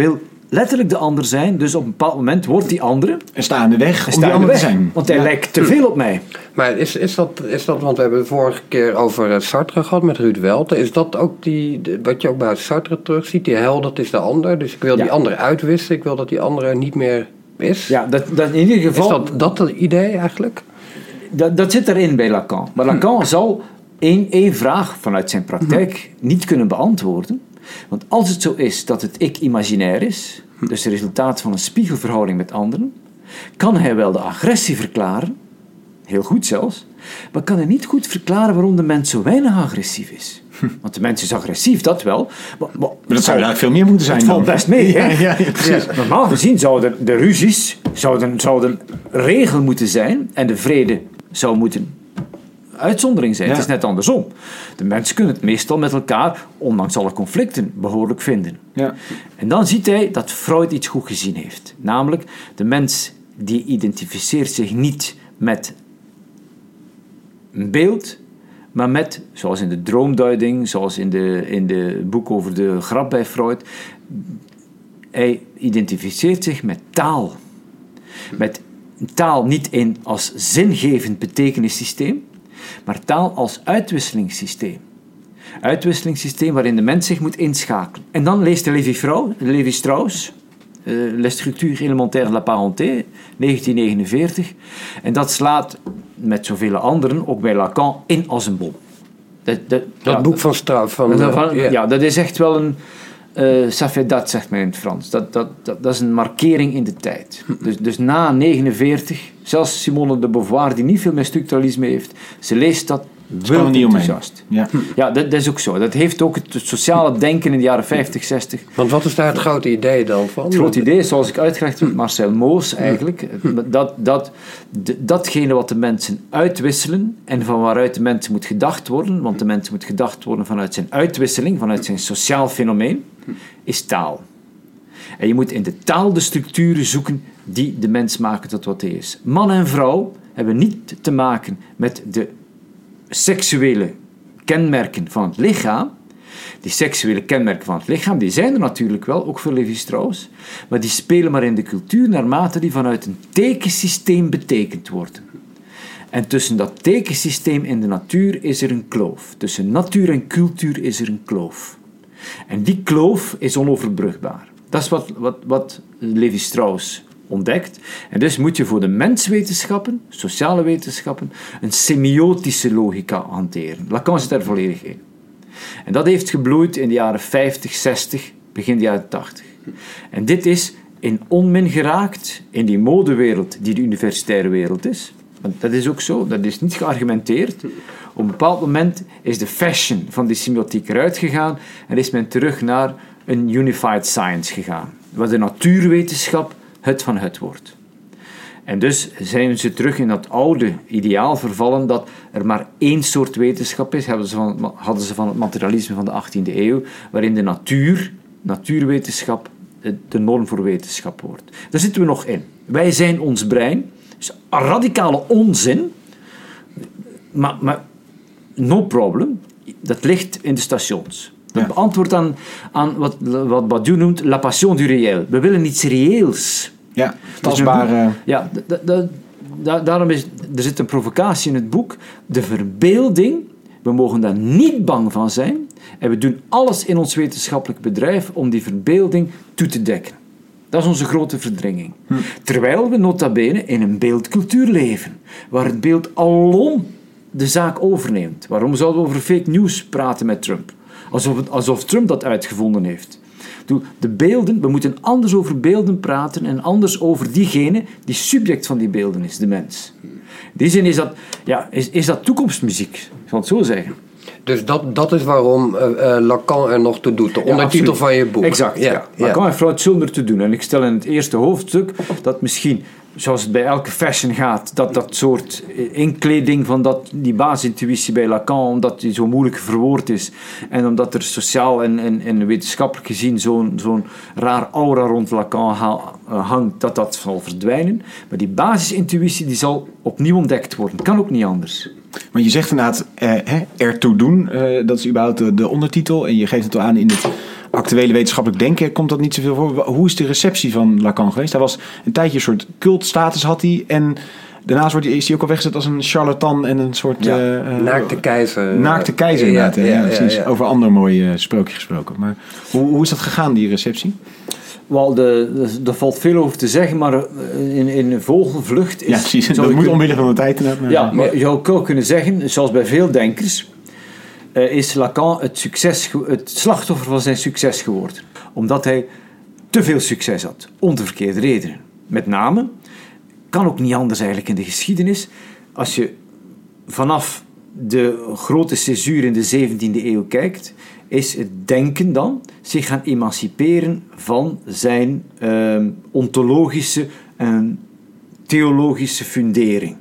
E: letterlijk de ander zijn. Dus op een bepaald moment wordt die andere...
B: En sta in de weg
E: en
B: om die ander te zijn.
E: Want hij
B: Ja.
E: lijkt te veel op mij.
D: Maar is, is, dat, is dat, want we hebben het vorige keer over uh, Sartre gehad met Ruud Welten. Is dat ook die, de, wat je ook bij Sartre terugziet? Die hel, dat is de ander. Dus ik wil
E: Ja.
D: die andere uitwissen. Ik wil dat die andere niet meer is.
E: Ja, dat, dat in ieder geval...
D: Is dat, dat het idee eigenlijk?
E: Dat, dat zit erin bij Lacan. Maar Lacan hm. zal één, één vraag vanuit zijn praktijk hm. niet kunnen beantwoorden. Want als het zo is dat het ik imaginair is, hm. dus het resultaat van een spiegelverhouding met anderen, kan hij wel de agressie verklaren, heel goed zelfs, maar kan hij niet goed verklaren waarom de mens zo weinig agressief is. Hm. Want de mens is agressief, dat wel. Maar, maar,
B: maar dat zou eigenlijk veel meer moeten zijn.
E: Het valt best mee.
B: Ja,
E: Hè?
B: ja, ja, precies.
E: Ja, normaal gezien zouden de ruzies zouden, zouden regel moeten zijn en de vrede zou moeten uitzondering zijn. Ja. Het is net andersom. De mensen kunnen het meestal met elkaar, ondanks alle conflicten, behoorlijk vinden.
B: Ja.
E: En dan ziet hij dat Freud iets goed gezien heeft. Namelijk, de mens die identificeert zich niet met een beeld, maar met, zoals in de droomduiding, zoals in de, in de boek over de grap bij Freud, hij identificeert zich met taal. Met taal niet in als zingevend betekenissysteem, maar taal als uitwisselingssysteem. Uitwisselingssysteem waarin de mens zich moet inschakelen. En dan leest de Lévi-Strauss, uh, Les structures élémentaires de la parenté, negentien negenenveertig. En dat slaat met zoveel anderen, ook bij Lacan, in als een bom. Dat, dat,
D: dat
E: ja,
D: boek van Strauss. Van,
E: uh, van,
D: yeah.
E: Ja, dat is echt wel een... Uh, ça fait date, zegt men in het Frans. Dat, dat, dat, dat is een markering in de tijd. Dus, dus na negenenveertig, zelfs Simone de Beauvoir, die niet veel met structuralisme heeft, ze leest dat wel enthousiast.
B: Ja,
E: ja dat, dat is ook zo. Dat heeft ook het sociale denken in de jaren vijftig, zestig.
D: Want wat is daar het grote idee dan van?
E: Het grote idee, zoals ik uitgelegd heb met Marcel Moos eigenlijk, dat, dat de, datgene wat de mensen uitwisselen en van waaruit de mens moet gedacht worden, want de mens moet gedacht worden vanuit zijn uitwisseling, vanuit zijn sociaal fenomeen, is taal. En je moet in de taal de structuren zoeken die de mens maken tot wat hij is. Man en vrouw hebben niet te maken met de seksuele kenmerken van het lichaam. Die seksuele kenmerken van het lichaam, die zijn er natuurlijk wel, ook voor Lévi-Strauss, maar die spelen maar in de cultuur naarmate die vanuit een tekensysteem betekend worden. En tussen dat tekensysteem en de natuur is er een kloof. Tussen natuur en cultuur is er een kloof. En die kloof is onoverbrugbaar. Dat is wat, wat, wat Lévi-Strauss ontdekt. En dus moet je voor de menswetenschappen, sociale wetenschappen, een semiotische logica hanteren. Lacan zit daar volledig in. En dat heeft gebloeid in de jaren vijftig, zestig, begin de jaren tachtig. En dit is in onmin geraakt in die modewereld die de universitaire wereld is. Want dat is ook zo, dat is niet geargumenteerd. Op een bepaald moment is de fashion van die semiotiek eruit gegaan en is men terug naar een unified science gegaan, waar de natuurwetenschap het van het wordt. En dus zijn ze terug in dat oude ideaal vervallen dat er maar één soort wetenschap is, hadden ze van, hadden ze van het materialisme van de achttiende eeuw, waarin de natuur, natuurwetenschap, de norm voor wetenschap wordt. Daar zitten we nog in. Wij zijn ons brein. Dus radicale onzin, maar, maar no problem, dat ligt in de stations. Dat ja. beantwoordt aan, aan wat, wat Badiou noemt la passion du réel. We willen iets reëels.
B: Ja, tastbare...
E: Dus ja, da, da, da, daarom is er zit een provocatie in het boek. De verbeelding, we mogen daar niet bang van zijn. En we doen alles in ons wetenschappelijk bedrijf om die verbeelding toe te dekken. Dat is onze grote verdringing. Hm. Terwijl we nota bene in een beeldcultuur leven, waar het beeld alom de zaak overneemt. Waarom zouden we over fake news praten met Trump? Alsof, het, alsof Trump dat uitgevonden heeft. De beelden, we moeten anders over beelden praten en anders over diegene die subject van die beelden is, de mens. In die zin is dat, ja, is, is dat toekomstmuziek, ik zal het zo zeggen.
D: Dus dat, dat is waarom uh, uh, Lacan er nog toe doet, de ondertitel
E: ja,
D: van je boek.
E: Exact, ja. ja. Lacan en Freud zullen er toe doen. En ik stel in het eerste hoofdstuk dat misschien, zoals het bij elke fashion gaat, dat dat soort inkleding van dat, die basisintuïtie bij Lacan, omdat die zo moeilijk verwoord is en omdat er sociaal en, en, en wetenschappelijk gezien zo'n, zo'n raar aura rond Lacan ha, uh, hangt, dat dat zal verdwijnen. Maar die basisintuïtie die zal opnieuw ontdekt worden. Kan ook niet anders.
B: Maar je zegt inderdaad, eh, ertoe doen, uh, dat is überhaupt de, de ondertitel. En je geeft het al aan in het actuele wetenschappelijk denken komt dat niet zoveel voor. Hoe is de receptie van Lacan geweest? Hij was een tijdje een soort cultstatus had hij en daarnaast wordt hij, is hij ook al weggezet als een charlatan en een soort...
D: Ja,
B: uh,
D: naakte keizer.
B: Naakte keizer
D: ja,
B: inderdaad. Ja, ja, ja, ja, ja. Over een ander mooi uh, sprookje gesproken. Maar hoe, hoe is dat gegaan, die receptie?
E: Wel, er valt veel over te zeggen, maar in, in vogelvlucht is...
B: Ja, precies. Dat moet kunnen, omwille van de tijd inderdaad. Maar,
E: ja, maar je zou ook kunnen zeggen, zoals bij veel denkers, uh, is Lacan het, succes, het slachtoffer van zijn succes geworden. Omdat hij te veel succes had. Om de verkeerde redenen. Met name, kan ook niet anders eigenlijk in de geschiedenis, als je vanaf de grote césuur in de zeventiende eeuw kijkt, is het denken dan zich gaan emanciperen van zijn uh, ontologische en theologische fundering.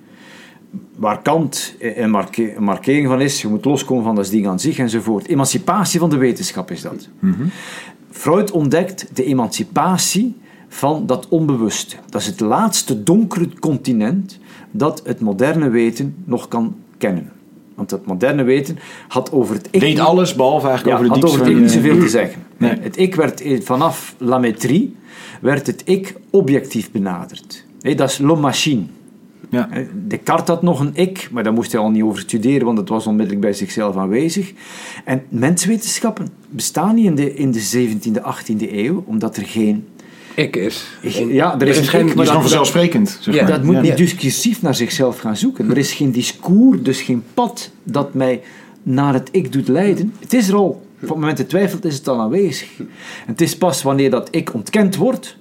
E: Waar Kant een, marke- een markering van is, je moet loskomen van dat ding aan zich enzovoort. Emancipatie van de wetenschap is dat.
B: Mm-hmm.
E: Freud ontdekt de emancipatie van dat onbewuste. Dat is het laatste donkere continent dat het moderne weten nog kan kennen. Want het moderne weten had over het ik...
B: Weet alles, behalve eigenlijk
E: ja,
B: over de
E: diepste... had over het ik niet zoveel te zeggen.
B: Nee.
E: Het ik werd vanaf La Métrie, werd het ik objectief benaderd. Nee, dat is l'homme machine.
B: Ja.
E: Descartes had nog een ik, maar daar moest hij al niet over studeren, want het was onmiddellijk bij zichzelf aanwezig. En menswetenschappen bestaan niet in de, in de zeventiende, achttiende eeuw, omdat er geen...
D: Ik is.
E: Ja, er is,
B: er is geen...
E: Ik,
B: maar is gewoon vanzelfsprekend. Zeg
E: ja,
B: maar.
E: dat moet
B: ja.
E: niet discursief naar zichzelf gaan zoeken. Er is geen discours, dus geen pad dat mij naar het ik doet leiden. Het is er al. Op het moment dat je twijfelt, is het al aanwezig. En het is pas wanneer dat ik ontkend wordt,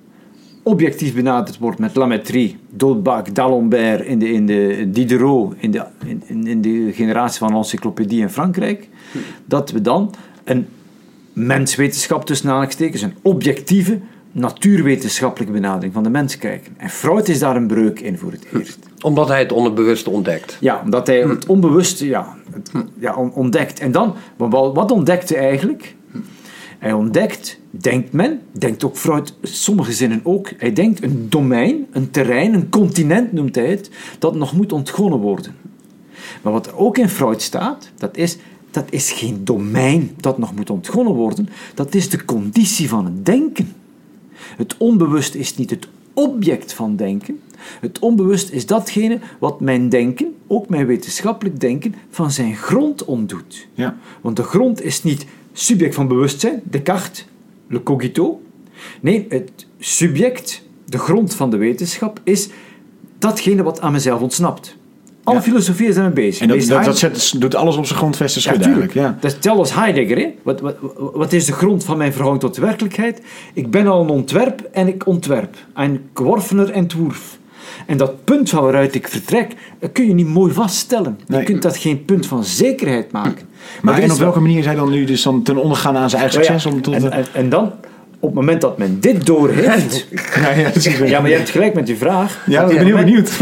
E: objectief benaderd wordt met La Métrie, D'Holbach, D'Alembert, in de, in de Diderot, in de, in, in de generatie van encyclopedie in Frankrijk, dat we dan een menswetenschap tussen aanhalingstekens, een objectieve, natuurwetenschappelijke benadering van de mens kijken. En Freud is daar een breuk in voor het eerst.
D: Omdat hij het onderbewuste ontdekt.
E: Ja, omdat hij het onbewuste ja, het, ja, ontdekt. En dan, wat ontdekt hij eigenlijk? Hij ontdekt, denkt men, denkt ook Freud, sommige zinnen ook, hij denkt een domein, een terrein, een continent noemt hij het, dat nog moet ontgonnen worden. Maar wat er ook in Freud staat, dat is, dat is geen domein dat nog moet ontgonnen worden, dat is de conditie van het denken. Het onbewust is niet het object van denken. Het onbewust is datgene wat mijn denken, ook mijn wetenschappelijk denken, van zijn grond ontdoet.
B: Ja.
E: Want de grond is niet subject van bewustzijn, Descartes, le cogito. Nee, het subject, de grond van de wetenschap, is datgene wat aan mezelf ontsnapt. Alle
B: ja.
E: filosofieën zijn ermee bezig.
B: En dat,
E: Lees
B: dat, dat
E: Heidegger.
B: zet, doet alles op zijn grondvesten schudden
E: Ja,
B: eigenlijk. Ja.
E: Dat is tel als Heidegger. Hè? Wat, wat, wat is de grond van mijn verhouding tot de werkelijkheid? Ik ben al een ontwerp en ik ontwerp. Een Geworfener Entwurf. En dat punt van waaruit ik vertrek, dat kun je niet mooi vaststellen.
B: Nee.
E: Je kunt dat geen punt van zekerheid maken.
B: Maar,
E: maar
B: en
E: is
B: op welke
E: wel...
B: manier is hij dan nu dus dan ten onder gaan aan zijn eigen
E: Ja, ja.
B: succes? Om tot,
E: en, en, en dan, op het moment dat men dit doorheeft...
B: ja, ja,
E: ja, maar je hebt gelijk met je vraag.
B: Ja, ik ben heel benieuwd.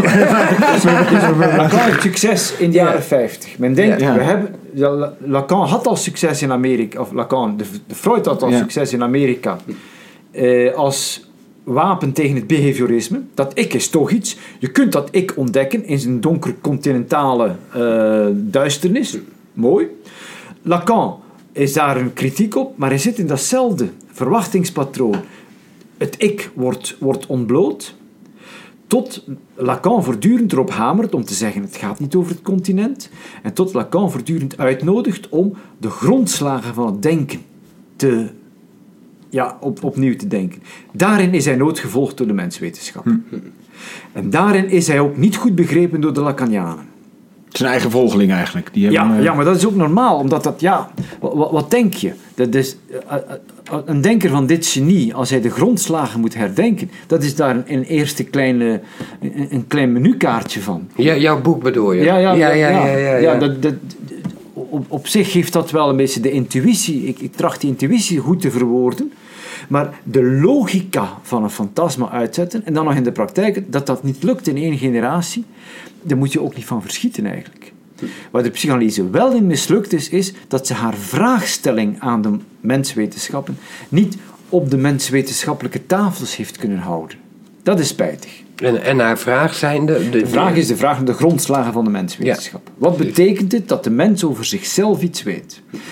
E: Lacan heeft succes in de jaren vijftig. Men denkt,
B: Ja.
E: we hebben... ja, Lacan had al succes in Amerika, of Lacan, de, de Freud had al
B: Ja.
E: succes in Amerika, eh, als wapen tegen het behaviorisme. Dat ik is toch iets. Je kunt dat ik ontdekken in zijn donkere continentale uh, duisternis. Mooi. Lacan is daar een kritiek op, maar hij zit in datzelfde verwachtingspatroon. Het ik wordt, wordt ontbloot, tot Lacan voortdurend erop hamert om te zeggen, het gaat niet over het continent, en tot Lacan voortdurend uitnodigt om de grondslagen van het denken te, ja, op, opnieuw te denken. Daarin is hij nooit gevolgd door de menswetenschap. Hm. En daarin is hij ook niet goed begrepen door de Lacanianen.
B: Zijn eigen volgeling eigenlijk. Die hebben,
E: ja,
B: uh...
E: ja, maar dat is ook normaal, omdat dat, ja, wat, wat denk je? Dat is, uh, uh, een denker van dit genie, als hij de grondslagen moet herdenken, dat is daar een, een eerste kleine, een, een klein menukaartje van.
D: Ja, jouw boek bedoel je?
E: Ja, ja, ja. ja, ja, ja, ja.
D: ja.
E: Dat, dat, op, op zich geeft dat wel een beetje de intuïtie. Ik, ik tracht die intuïtie goed te verwoorden. Maar de logica van een fantasma uitzetten en dan nog in de praktijk, dat dat niet lukt in één generatie, daar moet je ook niet van verschieten eigenlijk. Waar de psychanalyse wel in mislukt is, is dat ze haar vraagstelling aan de menswetenschappen niet op de menswetenschappelijke tafels heeft kunnen houden. Dat is spijtig.
D: En, en haar vraag zijn de... De,
E: de vraag is de vraag naar de grondslagen van de menswetenschap. Ja. Wat betekent het dat de mens over zichzelf iets weet?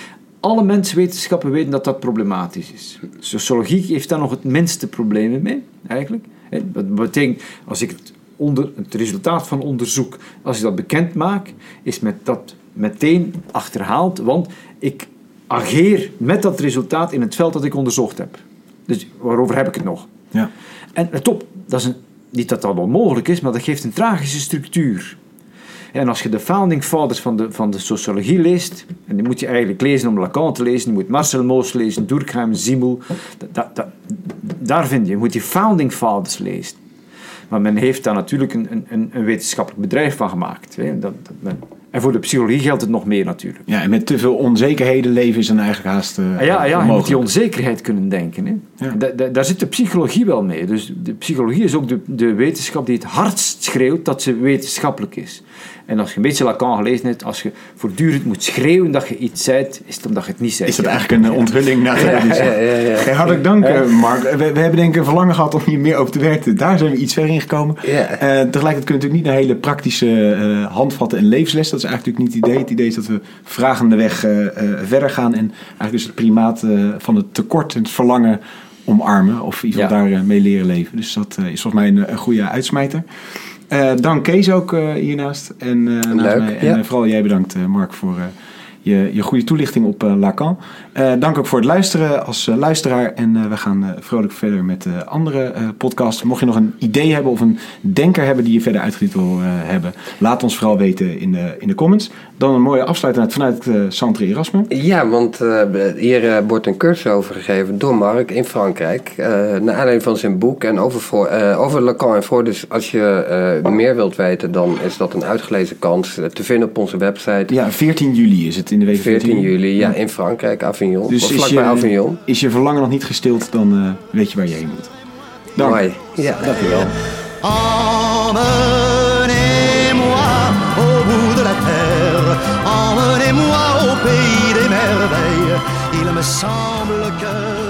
E: alle menswetenschappen weten dat dat problematisch is. Sociologie heeft daar nog het minste problemen mee, eigenlijk. Dat betekent, als ik het, onder, het resultaat van onderzoek, als ik dat bekend maak, is met dat meteen achterhaald, want ik ageer met dat resultaat in het veld dat ik onderzocht heb. Dus waarover heb ik het nog?
B: Ja.
E: En let op, dat is een, niet dat dat onmogelijk is, maar dat geeft een tragische structuur. En als je de founding fathers van de, van de sociologie leest, en die moet je eigenlijk lezen om Lacan te lezen, je moet Marcel Mauss lezen, Durkheim, Simmel, da, da, da, daar vind je, je moet die founding fathers lezen. Maar men heeft daar natuurlijk een, een, een wetenschappelijk bedrijf van gemaakt. Hè. Dat, dat men, en voor de psychologie geldt het nog meer natuurlijk.
B: Ja, en met te veel onzekerheden leven is dan eigenlijk haast uh,
E: Ja, ja, je moet die
B: onmogelijk.
E: onzekerheid kunnen denken. Hè.
B: Ja.
E: Da, da, daar zit de psychologie wel mee. Dus de psychologie is ook de, de wetenschap die het hardst schreeuwt dat ze wetenschappelijk is. En als je een beetje Lacan gelezen hebt, als je voortdurend moet schreeuwen dat je iets zei, is het omdat je het niet zei.
B: Is dat eigenlijk een uh, onthulling? Naar
D: Ja, ja, ja, ja.
B: Hey, hartelijk dank, uh, Mark. We, we hebben denk ik een verlangen gehad om hier meer over te werken. Daar zijn we iets verder in gekomen.
D: Ja.
B: Uh, tegelijkertijd kunnen we natuurlijk niet naar hele praktische uh, handvatten en levensles. Dat is eigenlijk natuurlijk niet het idee. Het idee is dat we vragendeweg uh, uh, verder gaan. En eigenlijk dus het primaat uh, van het tekort en het verlangen omarmen. Of in ieder geval
E: Ja.
B: daar uh, mee leren leven. Dus dat uh, is volgens mij een, een goede uitsmijter. Uh, dank Kees ook uh, hiernaast. En, uh, naast
D: Leuk,
B: mij. En
D: ja.
B: uh, vooral jij bedankt uh, Mark voor... Uh, Je, je goede toelichting op uh, Lacan. Uh, dank ook voor het luisteren als uh, luisteraar. En uh, we gaan uh, vrolijk verder met uh, andere uh, podcasts. Mocht je nog een idee hebben of een denker hebben die je verder uitgelicht wil uh, hebben, laat ons vooral weten in de, in de comments. Dan een mooie afsluiting vanuit uh, Centre Erasme.
D: Ja, want uh, hier uh, wordt een cursus over gegeven door Mark in Frankrijk. Uh, naar aanleiding van zijn boek en over, voor, uh, over Lacan en Freud. Dus als je uh, meer wilt weten, dan is dat een uitgelezen kans uh, te vinden op onze website.
B: Ja, veertien juli is het in de week.
D: veertien juli, ja, in Frankrijk, Avignon.
B: Dus
D: of
B: is
D: vlakbij
B: je,
D: Avignon.
B: is je verlangen nog niet gestild, dan uh, weet je waar je heen moet. Dank.
D: Mooi. Ja, dankjewel.
C: Emmenez-moi au bout de la terre, emmenez-moi au pays des merveilles. Il me semble que